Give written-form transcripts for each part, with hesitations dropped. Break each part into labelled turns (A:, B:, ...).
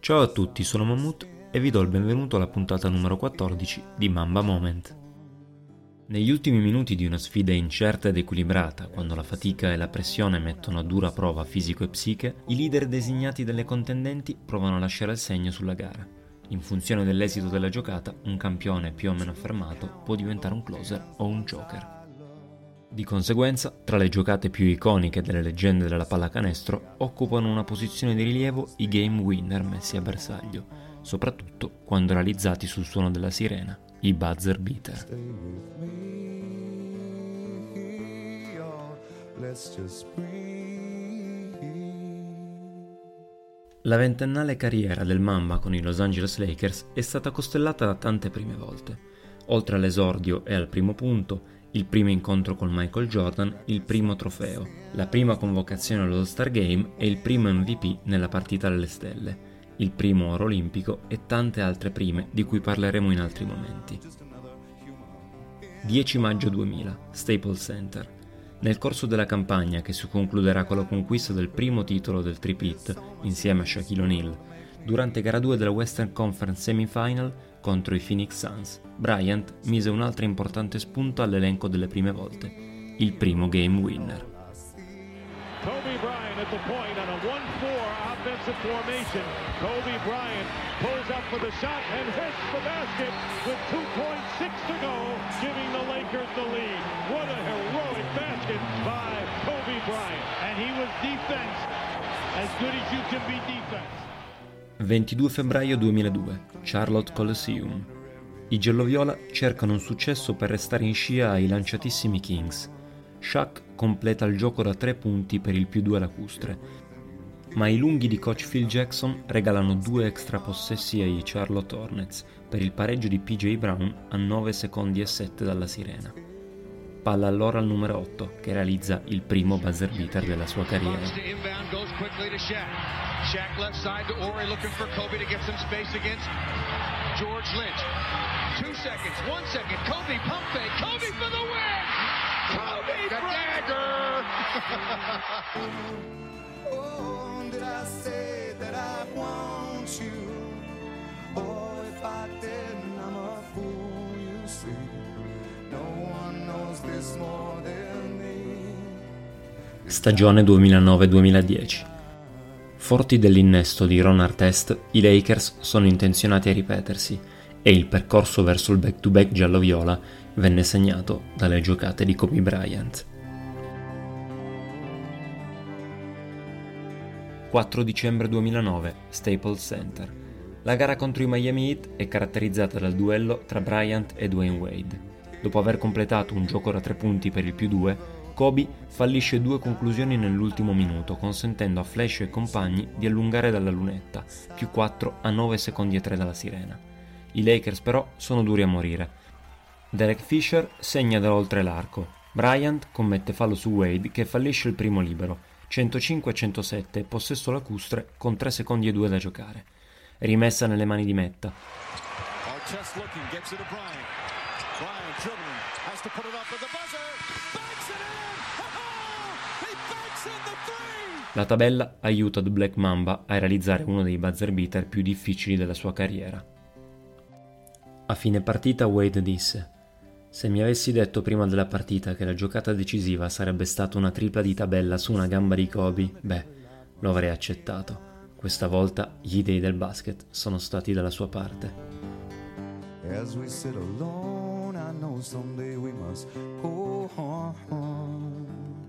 A: Ciao a tutti, sono Mammut e vi do il benvenuto alla puntata numero 14 di Mamba Moment. Negli ultimi minuti di una sfida incerta ed equilibrata, quando la fatica e la pressione mettono a dura prova fisico e psiche, i leader designati dalle contendenti provano a lasciare il segno sulla gara. In funzione dell'esito della giocata, un campione più o meno affermato può diventare un closer o un joker. Di conseguenza, tra le giocate più iconiche delle leggende della pallacanestro, occupano una posizione di rilievo i game winner messi a bersaglio, soprattutto quando realizzati sul suono della sirena, i buzzer beater. La ventennale carriera del Mamba con i Los Angeles Lakers è stata costellata da tante prime volte. Oltre all'esordio e al primo punto, il primo incontro con Michael Jordan, il primo trofeo, la prima convocazione all'All-Star Game e il primo MVP nella partita delle stelle, il primo oro olimpico e tante altre prime di cui parleremo in altri momenti. 10 maggio 2000, Staples Center. Nel corso della campagna, che si concluderà con la conquista del primo titolo del three-peat insieme a Shaquille O'Neal, durante gara 2 della Western Conference Semifinal contro i Phoenix Suns, Bryant mise un'altra importante spunta all'elenco delle prime volte, il primo game winner.
B: Kobe Bryant at the point on a 1-4 offensive formation. Kobe Bryant pulls up for the shot and hits the basket with 2.6 to go, giving the Lakers the lead. What a heroic basket by Kobe Bryant. And he was defense, as good as you can be defense.
A: 22 febbraio 2002, Charlotte Coliseum. I gialloviola cercano un successo per restare in scia ai lanciatissimi Kings. Shaq completa il gioco da 3 punti per il +2 lacustre, ma i lunghi di coach Phil Jackson regalano 2 extra possessi ai Charlotte Hornets per il pareggio di PJ Brown a 9 secondi e 7 dalla sirena. Palla allora al numero 8, che realizza il primo buzzer beater della sua carriera.
C: Shaq left side to Ori looking for Kobe to get some space against George Lynch. 2 seconds, 1 second, Kobe pump fake, Kobe for the win! Kobe the dagger!
D: Oh, did I say that I want you? Oh, if I didn't, I'm a fool, you see. No one knows this more than me.
A: Stagione 2009-2010. Forti dell'innesto di Ron Artest, i Lakers sono intenzionati a ripetersi e il percorso verso il back-to-back giallo-viola venne segnato dalle giocate di Kobe Bryant. 4 dicembre 2009, Staples Center. La gara contro i Miami Heat è caratterizzata dal duello tra Bryant e Dwayne Wade. Dopo aver completato un gioco da 3 punti per il +2, Kobe fallisce 2 conclusioni nell'ultimo minuto, consentendo a Flash e compagni di allungare dalla lunetta, +4 a 9 secondi e 3 dalla sirena. I Lakers però sono duri a morire. Derek Fisher segna da oltre l'arco. Bryant commette fallo su Wade che fallisce il primo libero, 105-107, possesso lacustre con 3 secondi e 2 da giocare. Rimessa nelle mani di Metta.
B: Artest looking, gets it to Bryant. Bryant dribbling, has to put it up with the buzzer. Banks it in! He banks in the three!
A: La tabella aiuta The Black Mamba a realizzare uno dei buzzer beater più difficili della sua carriera. A fine partita Wade disse: "Se mi avessi detto prima della partita che la giocata decisiva sarebbe stata una tripla di tabella su una gamba di Kobe, beh, lo avrei accettato. Questa volta gli dei del basket sono stati dalla sua parte."
D: As we sit alone, I know someday we must go on.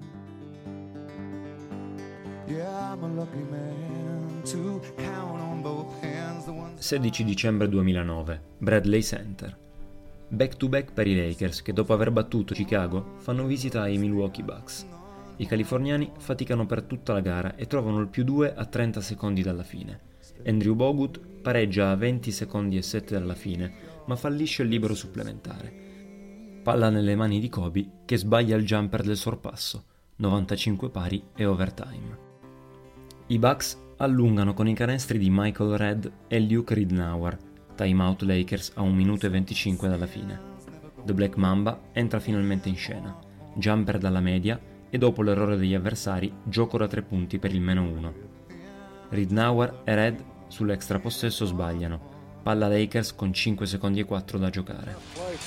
D: Yeah, I'm a lucky man to count on both hands the ones.
A: 16 dicembre 2009, Bradley Center. Back-to-back per i Lakers che dopo aver battuto Chicago fanno visita ai Milwaukee Bucks. I californiani faticano per tutta la gara e trovano il +2 a 30 secondi dalla fine. Andrew Bogut pareggia a 20 secondi e 7 dalla fine, ma fallisce il libero supplementare. Palla nelle mani di Kobe che sbaglia il jumper del sorpasso, 95 pari e overtime. I Bucks allungano con i canestri di Michael Redd e Luke Ridnour, timeout Lakers a 1 minuto e 25 dalla fine. The Black Mamba entra finalmente in scena, jumper dalla media e dopo l'errore degli avversari gioco da 3 punti per il -1. Ridnour e Redd Sull'extra possesso sbagliano. Palla Lakers con 5 secondi e 4 da giocare.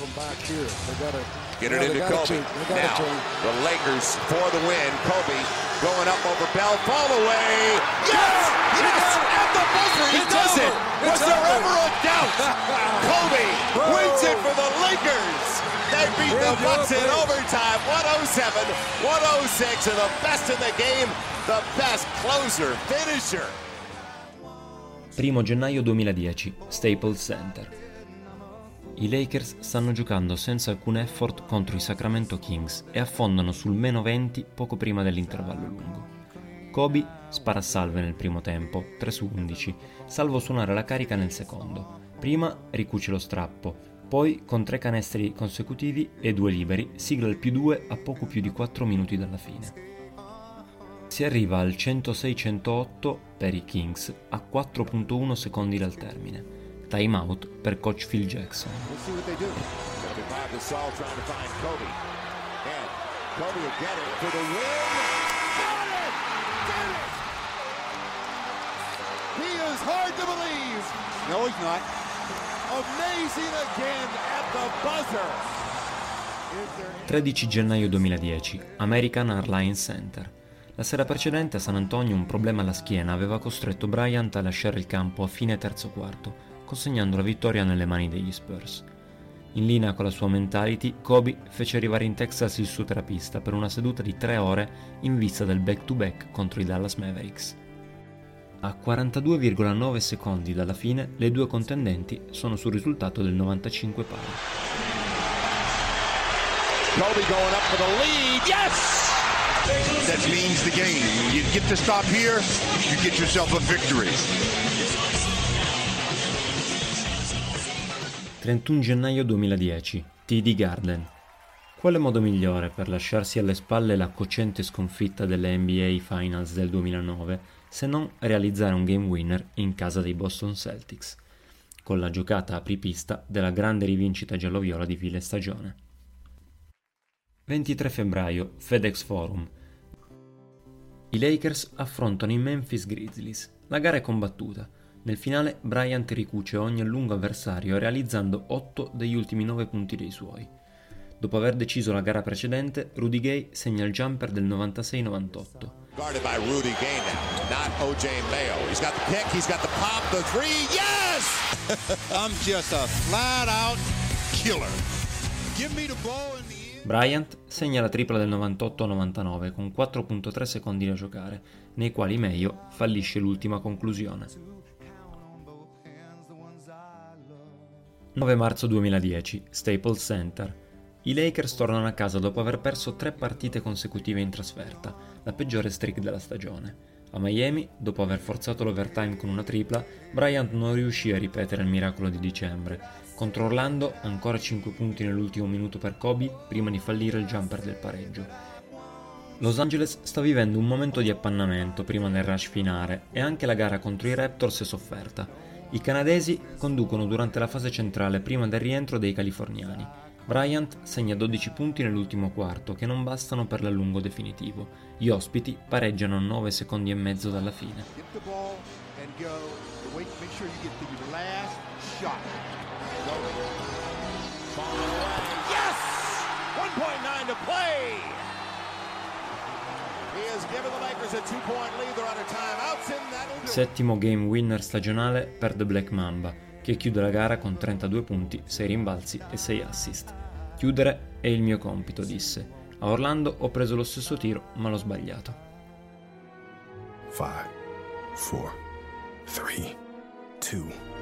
E: Get it into Kobe. Now, the Lakers for the win. Kobe going up over Bell. Fall away. Yes! Yes! At the buzzer, he does it! Was there ever a doubt? Kobe wins it for the Lakers! They beat the Bucks in overtime, 107-106, and the best in the game, the best closer, finisher.
A: 1 gennaio 2010, Staples Center. I Lakers stanno giocando senza alcun effort contro i Sacramento Kings e affondano sul -20 poco prima dell'intervallo lungo. Kobe spara a salve nel primo tempo, 3 su 11, salvo suonare la carica nel secondo. Prima ricuce lo strappo, poi con 3 canestri consecutivi e 2 liberi sigla il +2 a poco più di 4 minuti dalla fine. Si arriva al 106-108 per i Kings a 4.1 secondi dal termine. Time out per coach Phil Jackson.
E: He is hard to believe. No, he's not. Amazing again at the buzzer.
A: 13 gennaio 2010, American Airlines Center. La sera precedente a San Antonio un problema alla schiena aveva costretto Bryant a lasciare il campo a fine terzo quarto, consegnando la vittoria nelle mani degli Spurs. In linea con la sua mentality, Kobe fece arrivare in Texas il suo terapista per una seduta di 3 ore in vista del back-to-back contro i Dallas Mavericks. A 42,9 secondi dalla fine, le due contendenti sono sul risultato del 95 pari.
E: Kobe going up for the lead. Yes!
F: That means the game. You get to stop here, you get yourself a victory.
A: 31 gennaio 2010, TD Garden. Quale modo migliore per lasciarsi alle spalle la cocente sconfitta delle NBA Finals del 2009 se non realizzare un game winner in casa dei Boston Celtics, con la giocata apripista della grande rivincita gialloviola di fine stagione. 23 febbraio, FedEx Forum. I Lakers affrontano i Memphis Grizzlies. La gara è combattuta. Nel finale Bryant ricuce ogni lungo avversario realizzando 8 degli ultimi 9 punti dei suoi. Dopo aver deciso la gara precedente, Rudy Gay segna il jumper del 96-98.
E: Guarded by Rudy Gay now, not O.J. Mayo. He's got the pick, he's got the pop, the three, yes!
F: I'm just a flat out killer. Give me the ball in the end.
A: Bryant segna la tripla del 98-99 con 4.3 secondi da giocare, nei quali Mayo fallisce l'ultima conclusione. 9 marzo 2010, Staples Center. I Lakers tornano a casa dopo aver perso 3 partite consecutive in trasferta, la peggiore streak della stagione. A Miami, dopo aver forzato l'overtime con una tripla, Bryant non riuscì a ripetere il miracolo di dicembre. Contro Orlando, ancora 5 punti nell'ultimo minuto per Kobe, prima di fallire il jumper del pareggio. Los Angeles sta vivendo un momento di appannamento prima del rush finale e anche la gara contro i Raptors è sofferta. I canadesi conducono durante la fase centrale prima del rientro dei californiani. Bryant segna 12 punti nell'ultimo quarto che non bastano per l'allungo definitivo. Gli ospiti pareggiano 9 secondi e mezzo dalla fine.
E: Yes! 1.9 to play! He has given the Lakers a 2-point lead. They're out of timeouts and that'll do.
A: Settimo game winner stagionale per The Black Mamba, che chiude la gara con 32 punti, 6 rimbalzi e 6 assist. Chiudere è il mio compito, disse. A Orlando ho preso lo stesso tiro, ma l'ho sbagliato.
G: 5, 4, 3, 2